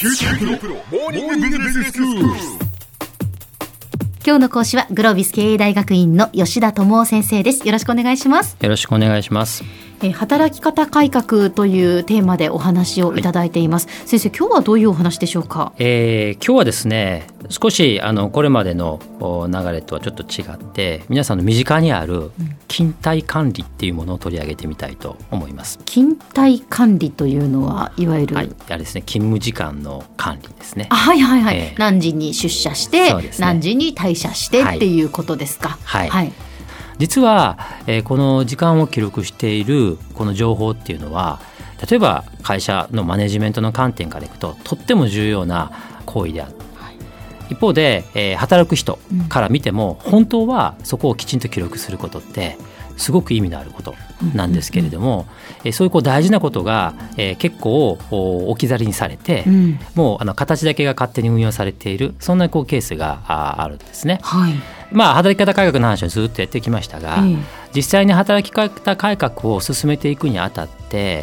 今日の講師はグロービス経営大学院の吉田智夫先生です。よろしくお願いします。 よろしくお願いします。 働き方改革というテーマでお話をいただいています、はい、先生、今日はどういうお話でしょうか？ 今日はですね、少しこれまでの流れとはちょっと違って皆さんの身近にある勤怠管理っていうものを取り上げてみたいと思います。 勤怠管理というのはいわゆる、 はい、あれですね、勤務時間の管理ですね。 はいはいはい、何時に出社して、ね、何時に退社してっていうことですか？ はい、はいはい。実は、この時間を記録しているこの情報っていうのは、例えば会社のマネジメントの観点からいくととっても重要な行為である、はい、一方で、働く人から見ても、本当はそこをきちんと記録することってすごく意味のあることなんですけれども、そういう大事なことが、結構置き去りにされて、もう形だけが勝手に運用されている、そんなケースがあるんですね。はい。働き方改革の話をずっとやってきましたが、実際に働き方改革を進めていくにあたって、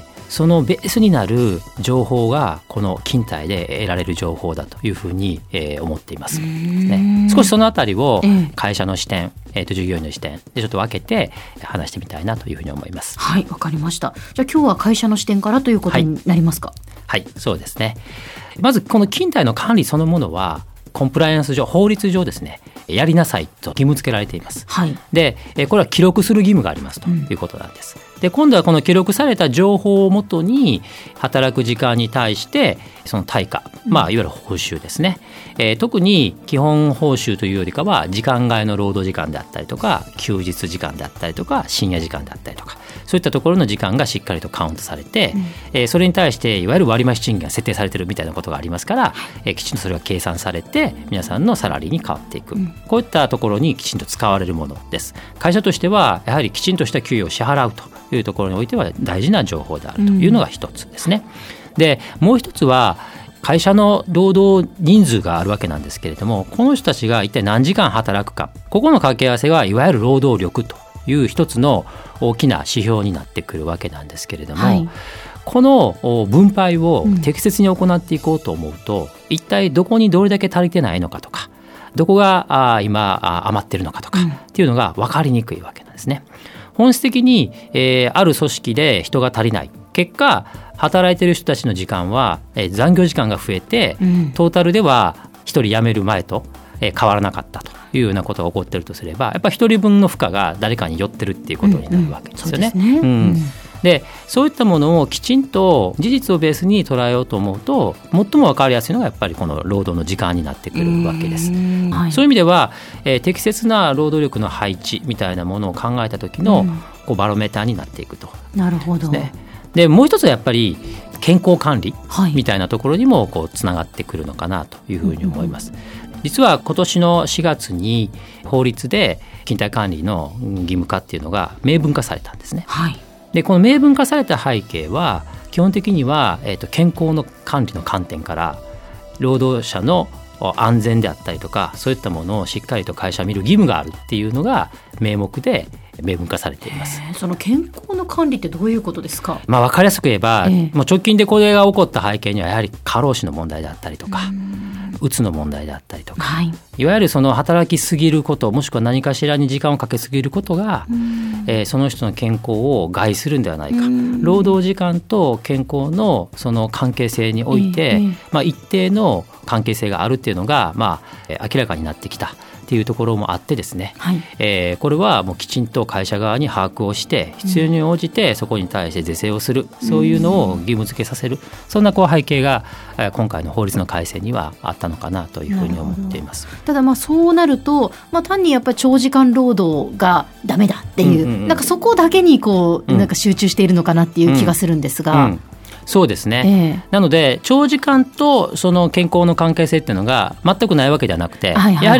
そのベースになる情報がこの勤怠で得られる情報だというふうに、思っています、ね。少しそのあたりを会社の視点、従業員の視点でちょっと分けて話してみたいなというふうに思います。 はい、わかりました。じゃあ今日は会社の視点からということになりますか？ はい、はい、そうですね。まずこの勤怠の管理そのものはコンプライアンス上、法律上ですね、やりなさいと義務付けられています、はい。でこれは記録する義務がありますということなんです、で今度はこの記録された情報をもとに働く時間に対してその対価、いわゆる報酬ですね、特に基本報酬というよりかは時間外の労働時間であったりとか、休日時間であったりとか、深夜時間であったりとか、そういったところの時間がしっかりとカウントされて、それに対していわゆる割増賃金が設定されているみたいなことがありますから、きちんとそれが計算されて皆さんのサラリーに変わっていく、こういったところにきちんと使われるものです。会社としてはやはりきちんとした給与を支払うというところにおいては大事な情報であるというのが一つですね。でもう一つは会社の労働人数があるわけなんですけれども、この人たちが一体何時間働くか、ここの掛け合わせはいわゆる労働力という一つの大きな指標になってくるわけなんですけれども、はい、この分配を適切に行っていこうと思うと、一体どこにどれだけ足りてないのかとか、どこが今余ってるのかとかっていうのが分かりにくいわけなんですね。本質的に、ある組織で人が足りない、結果働いている人たちの時間は、残業時間が増えて、トータルでは1人辞める前と、変わらなかったというようなことが起こっているとすれば、やっぱり1人分の負荷が誰かに寄ってるっていうことになるわけですよね。でそういったものをきちんと事実をベースに捉えようと思うと、最も分かりやすいのがやっぱりこの労働の時間になってくるわけです。はい、そういう意味では、適切な労働力の配置みたいなものを考えた時の、バロメーターになっていくと。 なるほど。 でもう一つはやっぱり健康管理みたいなところにもつながってくるのかなというふうに思います。実は今年の4月に法律で勤怠管理の義務化っていうのが明文化されたんですね。はい、でこの明文化された背景は基本的には、健康の管理の観点から労働者の安全であったりとか、そういったものをしっかりと会社は見る義務があるっていうのが名目で明文化されています。 その健康の管理ってどういうことですか？ 分かりやすく言えば、もう直近でこれが起こった背景にはやはり過労死の問題であったりとか、うつの問題であったりとか、いわゆるその働きすぎること、もしくは何かしらに時間をかけすぎることが、その人の健康を害するんではないか、労働時間と健康のその関係性において、一定の関係性があるっていうのが、明らかになってきたっていうところもあってですね、これはもうきちんと会社側に把握をして必要に応じてそこに対して是正をする、そういうのを義務付けさせる、そんな背景が今回の法律の改正にはあったのかなというふうに思っています。 ただそうなると、単にやっぱり長時間労働がダメだっていう、なんかそこだけになんか集中しているのかなっていう気がするんですが、 そうですね、なので長時間とその健康の関係性っていうのが全くないわけではなくて、やはり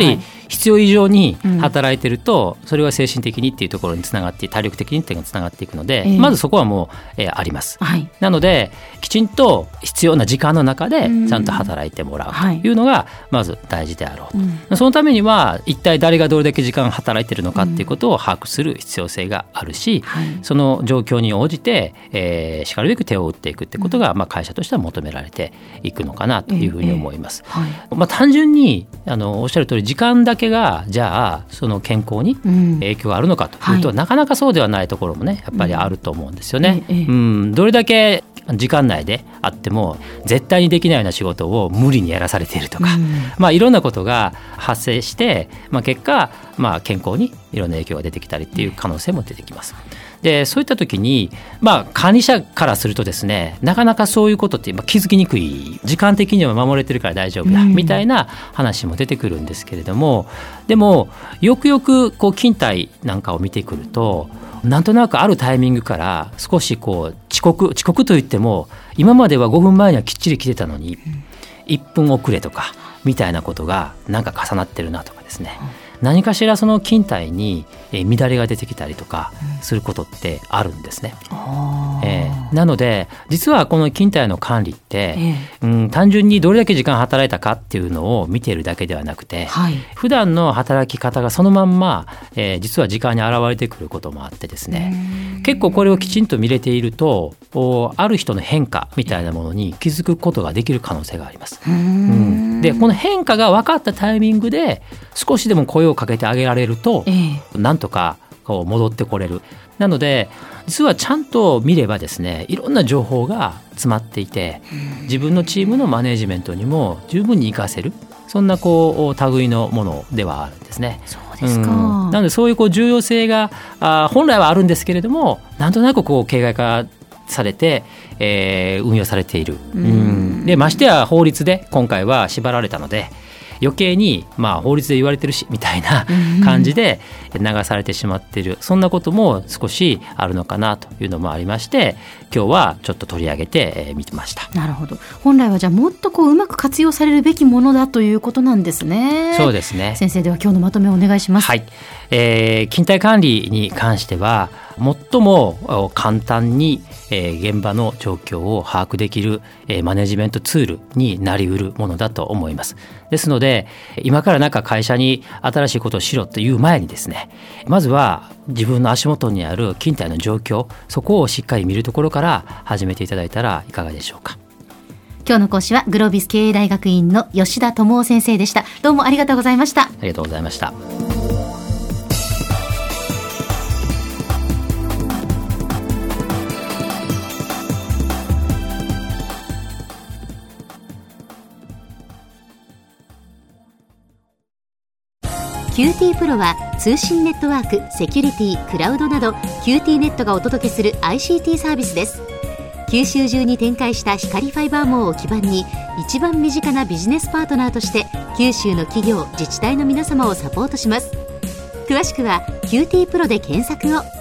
必要以上に働いてると、それは精神的にっていうところにつながって体力的にっていうのがつながっていくので、まずそこはもう、あります、はい、なのできちんと必要な時間の中でちゃんと働いてもらうというのがまず大事であろう、そのためには一体誰がどれだけ時間働いてるのかっていうことを把握する必要性があるし、その状況に応じて、しかるべく手を打っていくってことが、会社としては求められていくのかなというふうに思います、単純におっしゃる通り時間だけがじゃあその健康に影響があるのかというと、なかなかそうではないところもねやっぱりあると思うんですよね、どれだけ時間内であっても絶対にできないような仕事を無理にやらされているとか、いろんなことが発生して、結果、健康にいろんな影響が出てきたりっていう可能性も出てきます。でそういった時に、管理者からするとですね、なかなかそういうことって気づきにくい、時間的には守れてるから大丈夫だ、みたいな話も出てくるんですけれども、でもよくよく勤怠なんかを見てくると、なんとなくあるタイミングから少し遅刻といっても今までは5分前にはきっちり来てたのに1分遅れとかみたいなことがなんか重なってるなとかですね、何かしらその勤怠に乱れが出てきたりとかすることってあるんですね、なので実はこの勤怠の管理って、単純にどれだけ時間働いたかっていうのを見ているだけではなくて、普段の働き方がそのまんま、実は時間に現れてくることもあってですね、結構これをきちんと見れているとある人の変化みたいなものに気づくことができる可能性があります。でこの変化が分かったタイミングで少しでも声をかけてあげられると、なんとか戻ってこれる。なので実はちゃんと見ればですね、いろんな情報が詰まっていて、自分のチームのマネジメントにも十分に活かせる、そんな類のものではあるんですね。 そうですか。 なのでそういう重要性が本来はあるんですけれども、なんとなく形骸化されて、運用されている。でましてや法律で今回は縛られたので、余計に法律で言われてるしみたいな感じで流されてしまっている、そんなことも少しあるのかなというのもありまして、今日はちょっと取り上げてみました。 なるほど。本来はじゃあもっとうまく活用されるべきものだということなんですね。 そうですね。 先生、では今日のまとめをお願いします。 はい、勤怠管理に関しては最も簡単に現場の状況を把握できるマネジメントツールになりうるものだと思います。ですので今から会社に新しいことをしろという前にですね、まずは自分の足元にある勤怠の状況、そこをしっかり見るところから始めていただいたらいかがでしょうか。 今日の講師はグロービス経営大学院の吉田智夫先生でした。どうもありがとうございました。 ありがとうございました。 QT プロは通信ネットワーク、セキュリティ、クラウドなど QT ネットがお届けする ICT サービスです。九州中に展開した光ファイバー網を基盤に一番身近なビジネスパートナーとして九州の企業、自治体の皆様をサポートします。詳しくは QT プロで検索を。